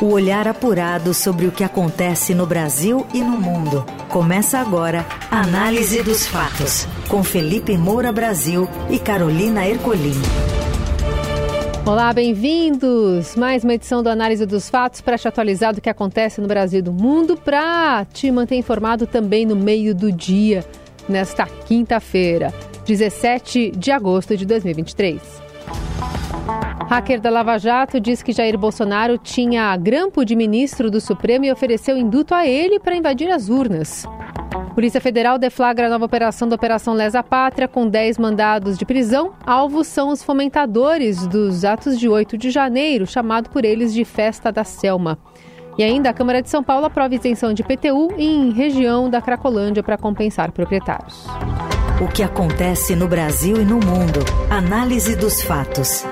O olhar apurado sobre o que acontece no Brasil e no mundo. Começa agora a Análise dos Fatos, com Felipe Moura Brasil e Carolina Ercolim. Olá, bem-vindos! Mais uma edição do Análise dos Fatos para te atualizar do que acontece no Brasil e no mundo, para te manter informado também no meio do dia, nesta quinta-feira, 17 de agosto de 2023. Hacker da Lava Jato diz que Jair Bolsonaro tinha grampo de ministro do Supremo e ofereceu induto a ele para invadir as urnas. Polícia Federal deflagra a nova operação da Operação Lesa Pátria, com 10 mandados de prisão. Alvos são os fomentadores dos atos de 8 de janeiro, chamado por eles de Festa da Selma. E ainda a Câmara de São Paulo aprova isenção de IPTU em região da Cracolândia para compensar proprietários. O que acontece no Brasil e no mundo. Análise dos fatos.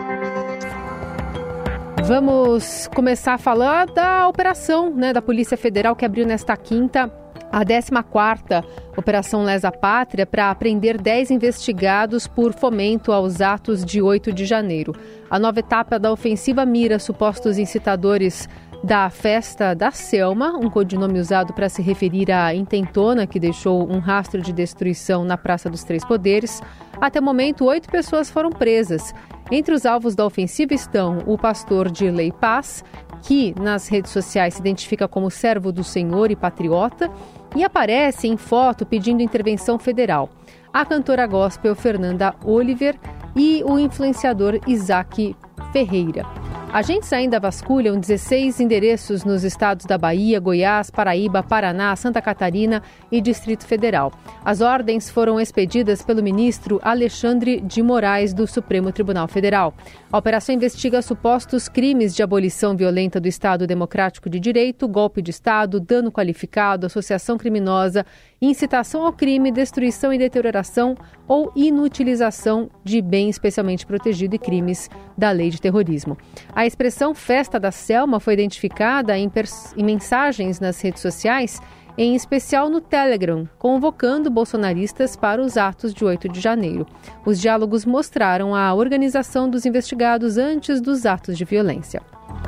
Vamos começar a falar da operação da Polícia Federal que abriu nesta quinta a 14ª Operação Lesa Pátria para apreender 10 investigados por fomento aos atos de 8 de janeiro. A nova etapa da ofensiva mira supostos incitadores da Festa da Selma, um codinome usado para se referir à intentona que deixou um rastro de destruição na Praça dos Três Poderes. Até o momento, 8 pessoas foram presas. Entre os alvos da ofensiva estão o pastor Dirley Paz, que nas redes sociais se identifica como servo do Senhor e patriota, e aparece em foto pedindo intervenção federal, a cantora gospel Fernanda Oliver e o influenciador Isaac Ferreira. Agentes ainda vasculham 16 endereços nos estados da Bahia, Goiás, Paraíba, Paraná, Santa Catarina e Distrito Federal. As ordens foram expedidas pelo ministro Alexandre de Moraes do Supremo Tribunal Federal. A operação investiga supostos crimes de abolição violenta do Estado Democrático de Direito, golpe de Estado, dano qualificado, associação criminosa, incitação ao crime, destruição e deterioração ou inutilização de bem especialmente protegido e crimes da lei de terrorismo. A expressão Festa da Selma foi identificada em mensagens nas redes sociais, em especial no Telegram, convocando bolsonaristas para os atos de 8 de janeiro. Os diálogos mostraram a organização dos investigados antes dos atos de violência.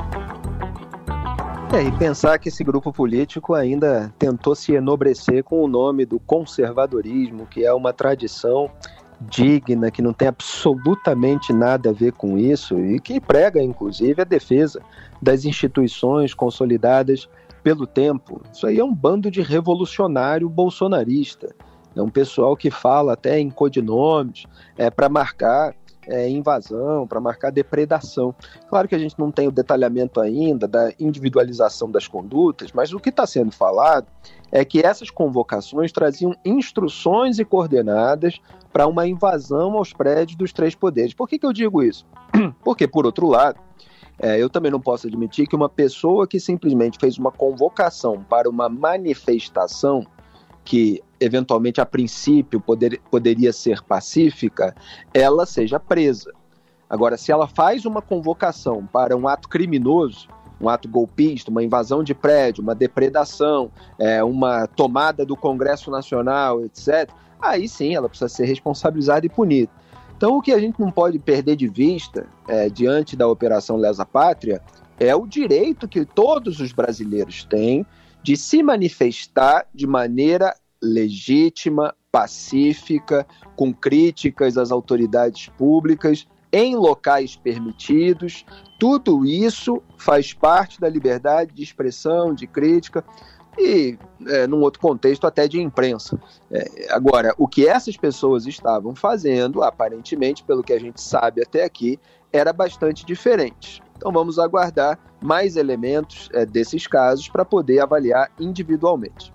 E pensar que esse grupo político ainda tentou se enobrecer com o nome do conservadorismo, que é uma tradição digna, que não tem absolutamente nada a ver com isso e que prega, inclusive, a defesa das instituições consolidadas pelo tempo. Isso aí é um bando de revolucionário bolsonarista. É um pessoal que fala até em codinomes para marcar invasão, para marcar depredação. Claro que a gente não tem o detalhamento ainda da individualização das condutas, mas o que está sendo falado é que essas convocações traziam instruções e coordenadas para uma invasão aos prédios dos três poderes. Por que eu digo isso? Porque, por outro lado, eu também não posso admitir que uma pessoa que simplesmente fez uma convocação para uma manifestação que, eventualmente, a princípio, poderia ser pacífica, ela seja presa. Agora, se ela faz uma convocação para um ato criminoso, um ato golpista, uma invasão de prédio, uma depredação, uma tomada do Congresso Nacional, etc., aí sim ela precisa ser responsabilizada e punida. Então, o que a gente não pode perder de vista, diante da Operação Lesa Pátria, é o direito que todos os brasileiros têm de se manifestar de maneira legítima, pacífica, com críticas às autoridades públicas, em locais permitidos. Tudo isso faz parte da liberdade de expressão, de crítica e, num outro contexto, até de imprensa. Agora, o que essas pessoas estavam fazendo, aparentemente, pelo que a gente sabe até aqui, era bastante diferente. Então vamos aguardar mais elementos desses casos para poder avaliar individualmente.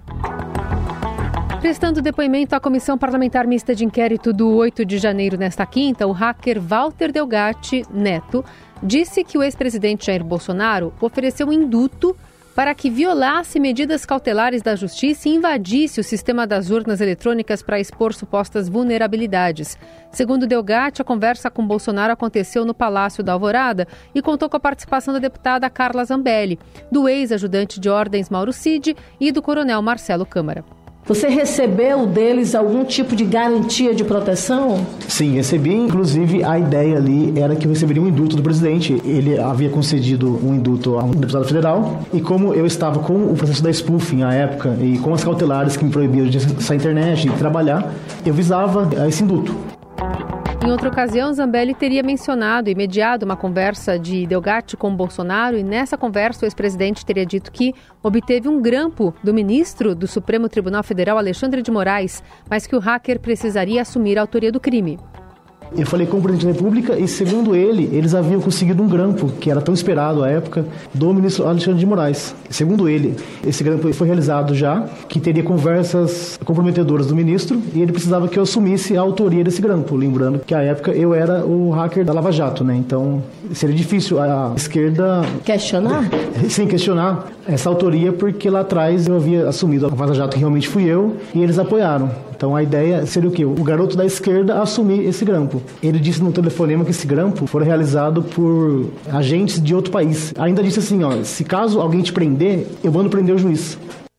Prestando depoimento à Comissão Parlamentar Mista de Inquérito do 8 de janeiro nesta quinta, o hacker Walter Delgatti Neto disse que o ex-presidente Jair Bolsonaro ofereceu um induto para que violasse medidas cautelares da Justiça e invadisse o sistema das urnas eletrônicas para expor supostas vulnerabilidades. Segundo Delgatti, a conversa com Bolsonaro aconteceu no Palácio da Alvorada e contou com a participação da deputada Carla Zambelli, do ex-ajudante de ordens Mauro Cid e do coronel Marcelo Câmara. Você recebeu deles algum tipo de garantia de proteção? Sim, recebi. Inclusive, a ideia ali era que eu receberia um indulto do presidente. Ele havia concedido um indulto a um deputado federal. E como eu estava com o processo da spoofing à época e com as cautelares que me proibiam de acessar a internet e trabalhar, eu visava esse indulto. Em outra ocasião, Zambelli teria mencionado e mediado uma conversa de Delgatti com Bolsonaro, e nessa conversa o ex-presidente teria dito que obteve um grampo do ministro do Supremo Tribunal Federal, Alexandre de Moraes, mas que o hacker precisaria assumir a autoria do crime. Eu falei com o presidente da República e, segundo ele, eles haviam conseguido um grampo, que era tão esperado à época, do ministro Alexandre de Moraes. Segundo ele, esse grampo foi realizado já, que teria conversas comprometedoras do ministro, e ele precisava que eu assumisse a autoria desse grampo. Lembrando que, à época, eu era o hacker da Lava Jato, né? Então, seria difícil a esquerda... Questionar? Sim, questionar essa autoria, porque lá atrás eu havia assumido a Lava Jato, que realmente fui eu, e eles apoiaram. Então, a ideia seria o quê? O garoto da esquerda assumir esse grampo. Ele disse no telefonema que esse grampo foi realizado por agentes de outro país. Ainda disse assim, se caso alguém te prender, eu mando prender o juiz.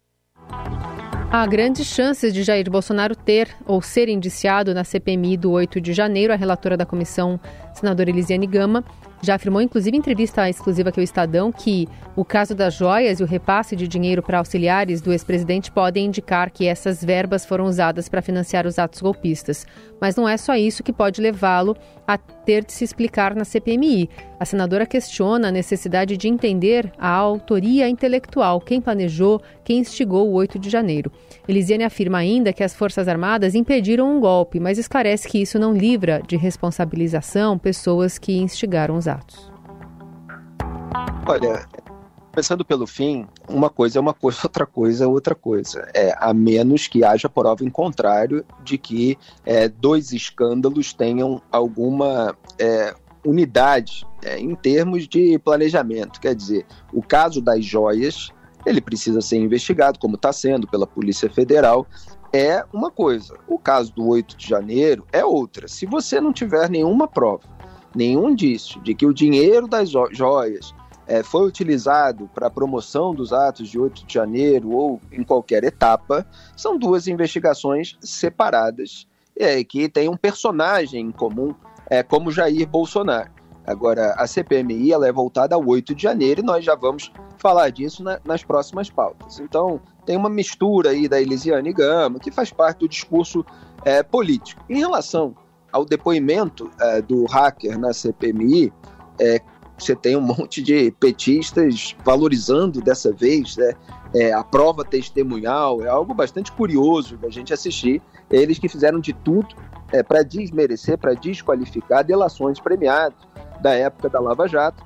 Há grandes chances de Jair Bolsonaro ter ou ser indiciado na CPMI do 8 de janeiro. A relatora da comissão, senadora Elisiane Gama, já afirmou, inclusive em entrevista exclusiva aqui ao Estadão, que o caso das joias e o repasse de dinheiro para auxiliares do ex-presidente podem indicar que essas verbas foram usadas para financiar os atos golpistas. Mas não é só isso que pode levá-lo a ter de se explicar na CPMI. A senadora questiona a necessidade de entender a autoria intelectual, quem planejou, quem instigou o 8 de janeiro. Elisiane afirma ainda que as Forças Armadas impediram um golpe, mas esclarece que isso não livra de responsabilização pessoas que instigaram os atos. Olha, começando pelo fim, uma coisa é uma coisa, outra coisa é outra coisa. A menos que haja prova em contrário de que dois escândalos tenham alguma unidade em termos de planejamento. Quer dizer, o caso das joias, ele precisa ser investigado, como está sendo pela Polícia Federal, é uma coisa. O caso do 8 de janeiro é outra. Se você não tiver nenhuma prova, nenhum indício de que o dinheiro das joias foi utilizado para a promoção dos atos de 8 de janeiro ou em qualquer etapa, são duas investigações separadas que têm um personagem em comum, como Jair Bolsonaro. Agora, a CPMI ela é voltada ao 8 de janeiro e nós já vamos falar disso nas próximas pautas. Então, tem uma mistura aí da Elisiane Gama, que faz parte do discurso político. Em relação ao depoimento do hacker na CPMI, você tem um monte de petistas valorizando dessa vez a prova testemunhal. É algo bastante curioso da gente assistir. Eles que fizeram de tudo para desmerecer, para desqualificar delações premiadas da época da Lava Jato,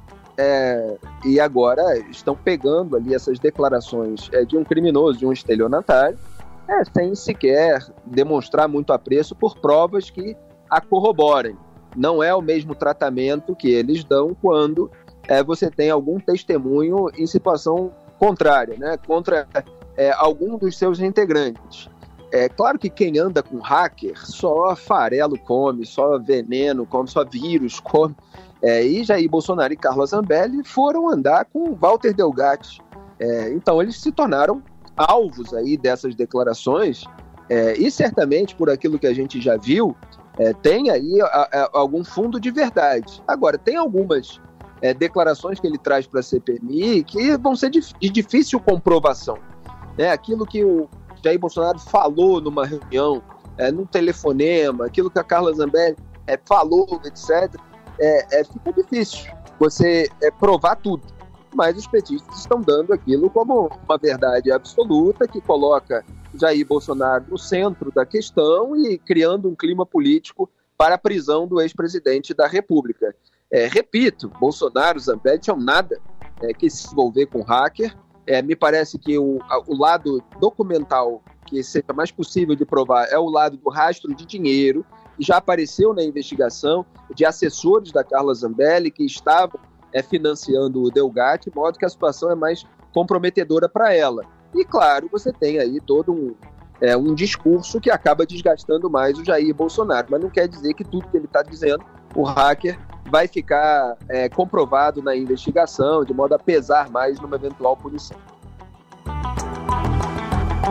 e agora estão pegando ali essas declarações de um criminoso, de um estelionatário, sem sequer demonstrar muito apreço por provas que a corroborem. Não é o mesmo tratamento que eles dão quando você tem algum testemunho em situação contrária, né, contra algum dos seus integrantes. É claro que quem anda com hacker só farelo come, só veneno come, só vírus come. E Jair Bolsonaro e Carla Zambelli foram andar com Walter Delgatti. Então eles se tornaram alvos aí dessas declarações, e certamente por aquilo que a gente já viu, tem aí algum fundo de verdade. Agora, tem algumas declarações que ele traz para a CPMI que vão ser de difícil comprovação. Aquilo que o Jair Bolsonaro falou numa reunião, num telefonema, aquilo que a Carla Zambelli falou, etc., fica difícil você provar tudo. Mas os petistas estão dando aquilo como uma verdade absoluta que coloca Jair Bolsonaro no centro da questão e criando um clima político para a prisão do ex-presidente da República. Repito, Bolsonaro e Zambelli tinham nada que se envolver com hacker. Me parece que o lado documental que seja mais possível de provar é o lado do rastro de dinheiro, que já apareceu na investigação de assessores da Carla Zambelli que estavam financiando o Delgatti, de modo que a situação é mais comprometedora para ela. E, claro, você tem aí todo um discurso que acaba desgastando mais o Jair Bolsonaro, mas não quer dizer que tudo que ele está dizendo, o hacker, vai ficar comprovado na investigação, de modo a pesar mais numa eventual punição.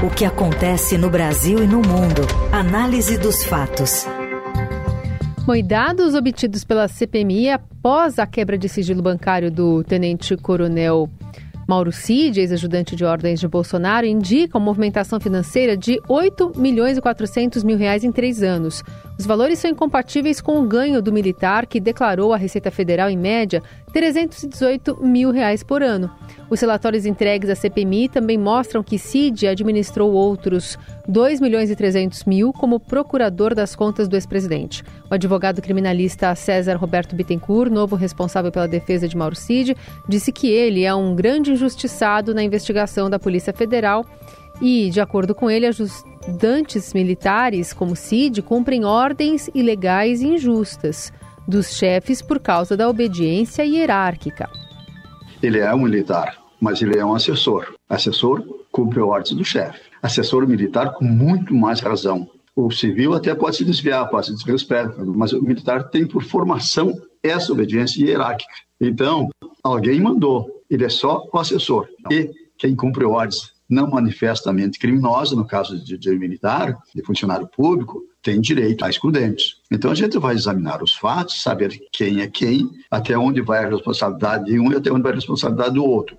O que acontece no Brasil e no mundo. Análise dos fatos. Bom, e dados obtidos pela CPMI após a quebra de sigilo bancário do tenente-coronel Mauro Cid, ex-ajudante de ordens de Bolsonaro, indicam movimentação financeira de R$8.400.000 em 3 anos. Os valores são incompatíveis com o ganho do militar, que declarou à Receita Federal, em média, R$318 mil por ano. Os relatórios entregues à CPMI também mostram que Cid administrou outros R$2.300.000 como procurador das contas do ex-presidente. O advogado criminalista César Roberto Bittencourt, novo responsável pela defesa de Mauro Cid, disse que ele é um grande injustiçado na investigação da Polícia Federal e, de acordo com ele, ajudantes militares como Cid cumprem ordens ilegais e injustas dos chefes por causa da obediência hierárquica. Ele é um militar, mas ele é um assessor. Assessor cumpre ordens do chefe. Assessor militar com muito mais razão. O civil até pode se desviar os pés, mas o militar tem por formação essa obediência hierárquica. Então, alguém mandou, ele é só o assessor. E quem cumpre ordens não manifestamente criminosa, no caso de militar, de funcionário público, tem direito a excludentes. Então a gente vai examinar os fatos, saber quem é quem, até onde vai a responsabilidade de um e até onde vai a responsabilidade do outro.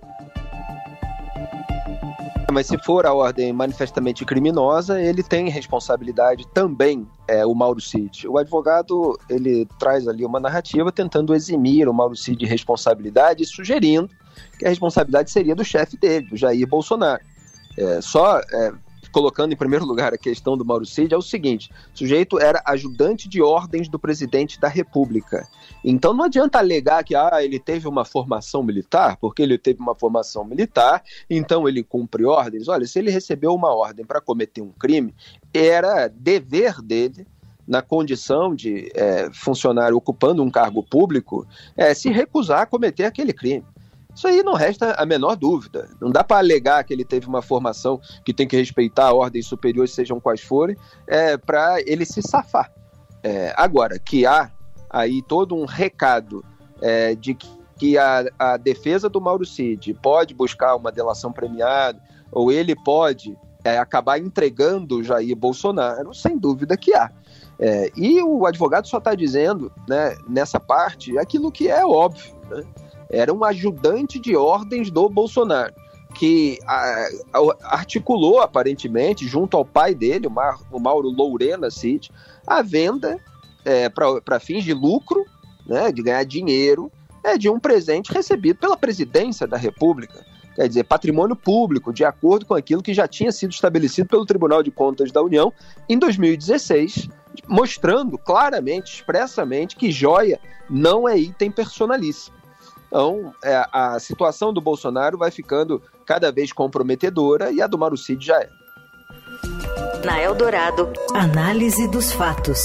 Mas se for a ordem manifestamente criminosa, ele tem responsabilidade também, o Mauro Cid. O advogado, ele traz ali uma narrativa tentando eximir o Mauro Cid de responsabilidade, sugerindo que a responsabilidade seria do chefe dele, do Jair Bolsonaro. Colocando em primeiro lugar a questão do Mauro Cid, é o seguinte: o sujeito era ajudante de ordens do presidente da República. Então não adianta alegar que ele teve uma formação militar, porque ele teve uma formação militar, então ele cumpre ordens. Olha, se ele recebeu uma ordem para cometer um crime, era dever dele, na condição de funcionário ocupando um cargo público, se recusar a cometer aquele crime. Isso aí não resta a menor dúvida. Não dá para alegar que ele teve uma formação que tem que respeitar ordens superiores, sejam quais forem, para ele se safar. Agora, que há aí todo um recado de que a defesa do Mauro Cid pode buscar uma delação premiada, ou ele pode acabar entregando o Jair Bolsonaro, sem dúvida que há. E o advogado só está dizendo, né, nessa parte, aquilo que é óbvio, né? Era um ajudante de ordens do Bolsonaro, que articulou, aparentemente, junto ao pai dele, o Mauro Lourena Cid, a venda para fins de lucro, né, de ganhar dinheiro, de um presente recebido pela presidência da República. Quer dizer, patrimônio público, de acordo com aquilo que já tinha sido estabelecido pelo Tribunal de Contas da União em 2016, mostrando claramente, expressamente, que joia não é item personalíssimo. Então, a situação do Bolsonaro vai ficando cada vez comprometedora e a do Mauro Cid já é. Na Eldorado, análise dos fatos.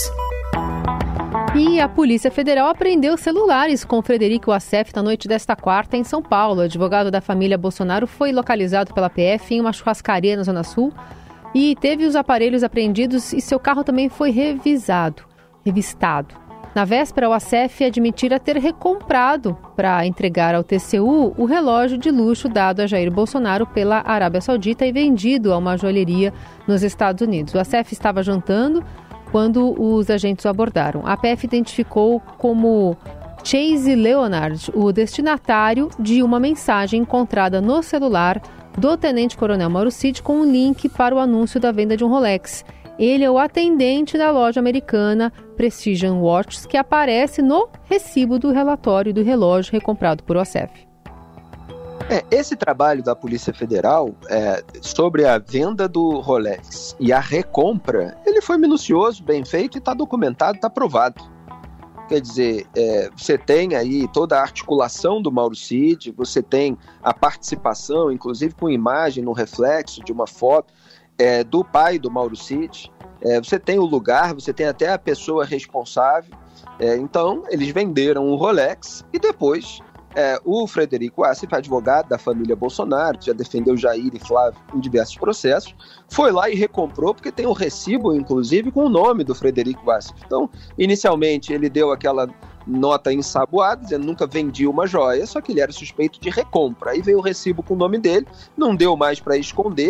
E a Polícia Federal apreendeu celulares com Frederico Wassef na noite desta quarta em São Paulo. O advogado da família Bolsonaro foi localizado pela PF em uma churrascaria na Zona Sul e teve os aparelhos apreendidos e seu carro também foi revistado. Na véspera, o Wassef admitira ter recomprado para entregar ao TCU o relógio de luxo dado a Jair Bolsonaro pela Arábia Saudita e vendido a uma joalheria nos Estados Unidos. O Wassef estava jantando quando os agentes o abordaram. A PF identificou como Chase Leonard o destinatário de uma mensagem encontrada no celular do tenente-coronel Mauro Cid com um link para o anúncio da venda de um Rolex. Ele é o atendente da loja americana Precision Watches, que aparece no recibo do relatório do relógio recomprado por Wassef. Esse trabalho da Polícia Federal sobre a venda do Rolex e a recompra, ele foi minucioso, bem feito e está documentado, está provado. Quer dizer, você tem aí toda a articulação do Mauro Cid, você tem a participação, inclusive com imagem no reflexo de uma foto, do pai do Mauro Cid, você tem o lugar, você tem até a pessoa responsável. Então eles venderam o Rolex e depois o Frederico Wassef, advogado da família Bolsonaro, que já defendeu Jair e Flávio em diversos processos, foi lá e recomprou, porque tem o recibo, inclusive, com o nome do Frederico Wassef. Então, inicialmente, ele deu aquela nota ensaboada, dizendo nunca vendi uma joia, só que ele era suspeito de recompra. Aí veio o recibo com o nome dele, não deu mais para esconder,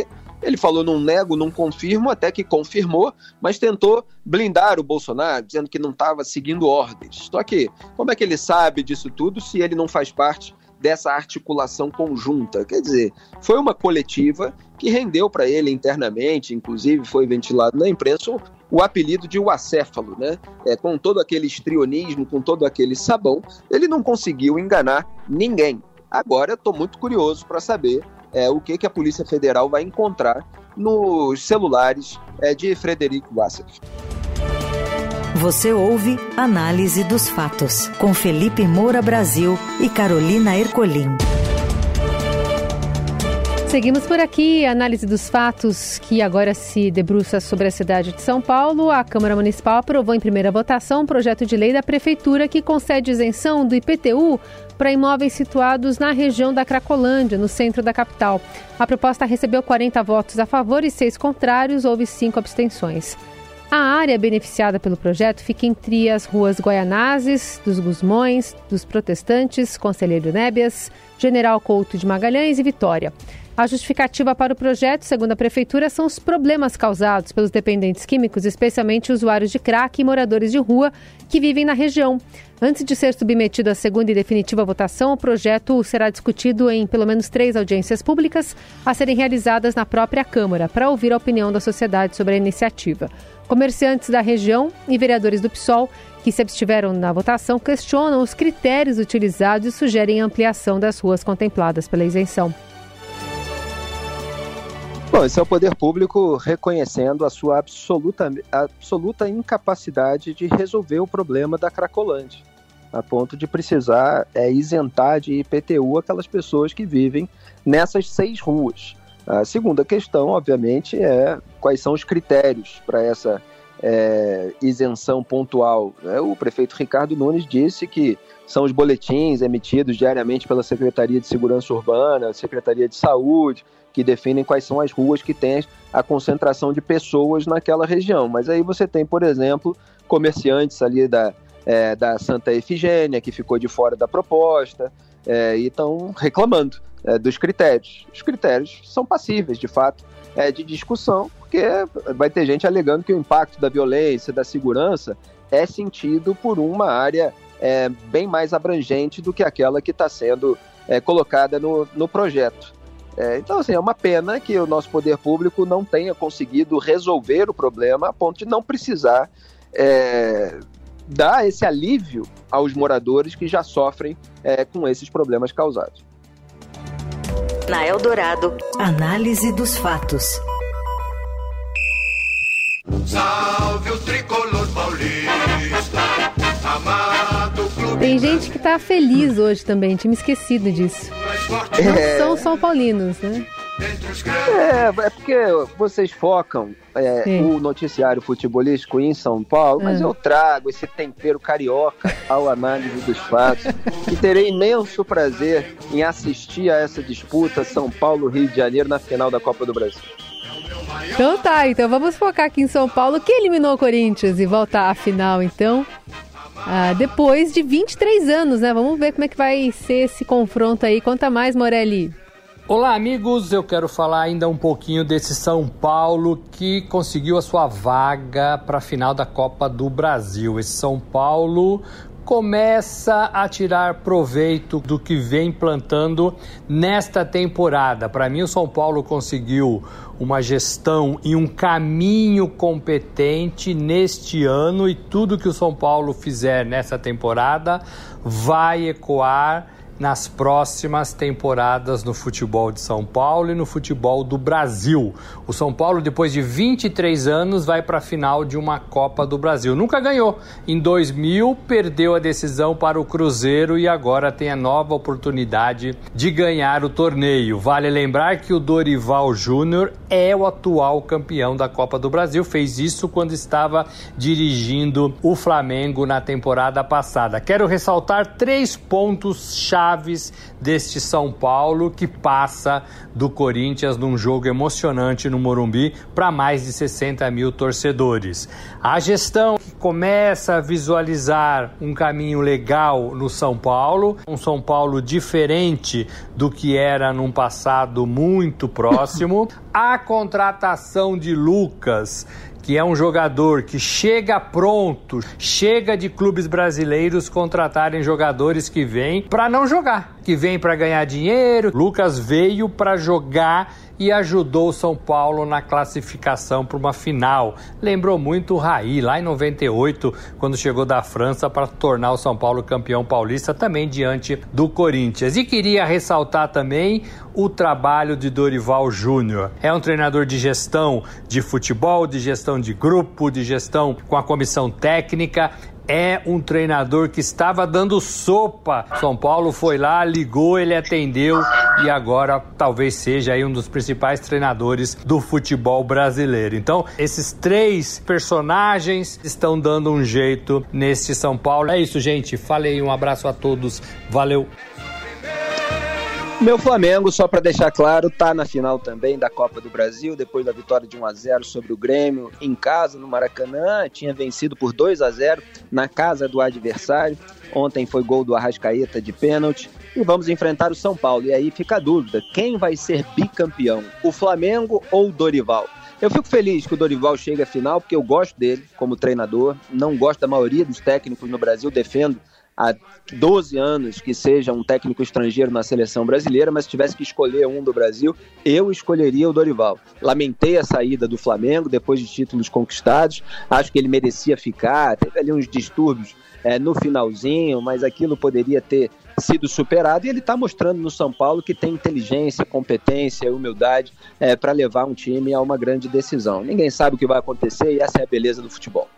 Ele falou não nego, não confirmo, até que confirmou, mas tentou blindar o Bolsonaro, dizendo que não estava seguindo ordens. Só que, como é que ele sabe disso tudo se ele não faz parte dessa articulação conjunta? Quer dizer, foi uma coletiva que rendeu para ele internamente, inclusive foi ventilado na imprensa o apelido de o acéfalo, né? Com todo aquele histrionismo, com todo aquele sabão, ele não conseguiu enganar ninguém. Agora eu estou muito curioso para saber o que a Polícia Federal vai encontrar nos celulares de Frederico Wassef. Você ouve Análise dos Fatos, com Felipe Moura Brasil e Carolina Ercolim. Seguimos por aqui, análise dos fatos que agora se debruça sobre a cidade de São Paulo. A Câmara Municipal aprovou em primeira votação um projeto de lei da Prefeitura que concede isenção do IPTU para imóveis situados na região da Cracolândia, no centro da capital. A proposta recebeu 40 votos a favor e 6 contrários, houve 5 abstenções. A área beneficiada pelo projeto fica entre as ruas Guaianazes, dos Gusmões, dos Protestantes, Conselheiro Nébias, General Couto de Magalhães e Vitória. A justificativa para o projeto, segundo a Prefeitura, são os problemas causados pelos dependentes químicos, especialmente usuários de crack e moradores de rua que vivem na região. Antes de ser submetido à segunda e definitiva votação, o projeto será discutido em pelo menos 3 audiências públicas a serem realizadas na própria Câmara, para ouvir a opinião da sociedade sobre a iniciativa. Comerciantes da região e vereadores do PSOL que se abstiveram na votação questionam os critérios utilizados e sugerem a ampliação das ruas contempladas pela isenção. Bom, esse é o poder público reconhecendo a sua absoluta incapacidade de resolver o problema da Cracolândia, a ponto de precisar isentar de IPTU aquelas pessoas que vivem nessas 6 ruas. A segunda questão, obviamente, é quais são os critérios para essa isenção pontual. O prefeito Ricardo Nunes disse que são os boletins emitidos diariamente pela Secretaria de Segurança Urbana, Secretaria de Saúde, que definem quais são as ruas que têm a concentração de pessoas naquela região. Mas aí você tem, por exemplo, comerciantes ali da Santa Efigênia, que ficou de fora da proposta, e estão reclamando dos critérios. Os critérios são passíveis, de fato, de discussão, porque vai ter gente alegando que o impacto da violência, da segurança, é sentido por uma área bem mais abrangente do que aquela que está sendo colocada no projeto. Então, assim, é uma pena que o nosso poder público não tenha conseguido resolver o problema a ponto de não precisar dar esse alívio aos moradores que já sofrem com esses problemas causados. Na Eldorado, Análise dos Fatos. Salve o tricolor paulista, amado clube. Tem gente que tá feliz hoje também, tinha me esquecido disso. Não são São Paulinos, né? É porque vocês focam o noticiário futebolístico em São Paulo, mas eu trago esse tempero carioca ao Análise dos Fatos e terei imenso prazer em assistir a essa disputa São Paulo-Rio de Janeiro na final da Copa do Brasil. Então tá, então vamos focar aqui em São Paulo, que eliminou o Corinthians e volta à final, então. Depois de 23 anos, né? Vamos ver como é que vai ser esse confronto aí. Conta mais, Morelli. Olá, amigos. Eu quero falar ainda um pouquinho desse São Paulo que conseguiu a sua vaga para a final da Copa do Brasil. Esse São Paulo começa a tirar proveito do que vem plantando nesta temporada. Para mim, o São Paulo conseguiu uma gestão e um caminho competente neste ano, e tudo que o São Paulo fizer nessa temporada vai ecoar nas próximas temporadas no futebol de São Paulo e no futebol do Brasil. O São Paulo, depois de 23 anos, vai para a final de uma Copa do Brasil. Nunca ganhou. Em 2000, perdeu a decisão para o Cruzeiro e agora tem a nova oportunidade de ganhar o torneio. Vale lembrar que o Dorival Júnior é o atual campeão da Copa do Brasil. Fez isso quando estava dirigindo o Flamengo na temporada passada. Quero ressaltar 3 pontos-chave deste São Paulo, que passa do Corinthians num jogo emocionante no Morumbi para mais de 60 mil torcedores. A gestão começa a visualizar um caminho legal no São Paulo, um São Paulo diferente do que era num passado muito próximo. A contratação de Lucas, que é um jogador que chega pronto, chega de clubes brasileiros contratarem jogadores que vêm para não jogar, que vêm para ganhar dinheiro. Lucas veio para jogar e ajudou o São Paulo na classificação para uma final. Lembrou muito o Raí, lá em 98, quando chegou da França para tornar o São Paulo campeão paulista, também diante do Corinthians. E queria ressaltar também o trabalho de Dorival Júnior. É um treinador de gestão de futebol, de gestão de grupo, de gestão com a comissão técnica. É um treinador que estava dando sopa. São Paulo foi lá, ligou, ele atendeu e agora talvez seja aí um dos principais treinadores do futebol brasileiro. Então, esses 3 personagens estão dando um jeito neste São Paulo. É isso, gente. Falei, um abraço a todos. Valeu. Meu Flamengo, só para deixar claro, tá na final também da Copa do Brasil, depois da vitória de 1-0 sobre o Grêmio em casa, no Maracanã. Tinha vencido por 2-0 na casa do adversário. Ontem foi gol do Arrascaeta de pênalti. E vamos enfrentar o São Paulo. E aí fica a dúvida, quem vai ser bicampeão? O Flamengo ou o Dorival? Eu fico feliz que o Dorival chegue à final, porque eu gosto dele como treinador. Não gosto da maioria dos técnicos no Brasil, defendo há 12 anos que seja um técnico estrangeiro na seleção brasileira, mas se tivesse que escolher um do Brasil, eu escolheria o Dorival. Lamentei a saída do Flamengo depois de títulos conquistados, acho que ele merecia ficar, teve ali uns distúrbios no finalzinho, mas aquilo poderia ter sido superado e ele está mostrando no São Paulo que tem inteligência, competência e humildade para levar um time a uma grande decisão. Ninguém sabe o que vai acontecer e essa é a beleza do futebol.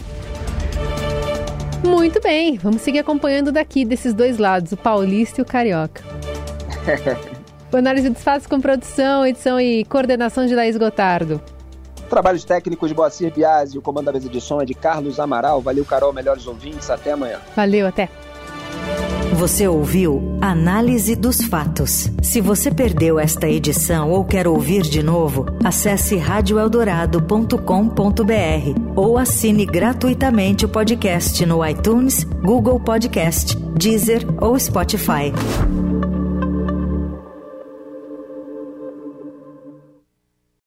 Muito bem, vamos seguir acompanhando daqui desses 2 lados, o paulista e o carioca. O Análise dos Fatos com produção, edição e coordenação de Laís Gotardo. Trabalhos técnicos de Boacir Biasi, o comando da mesa de som é de Carlos Amaral. Valeu, Carol, melhores ouvintes, até amanhã. Valeu, até. Você ouviu Análise dos Fatos. Se você perdeu esta edição ou quer ouvir de novo, acesse radioeldorado.com.br ou assine gratuitamente o podcast no iTunes, Google Podcast, Deezer ou Spotify.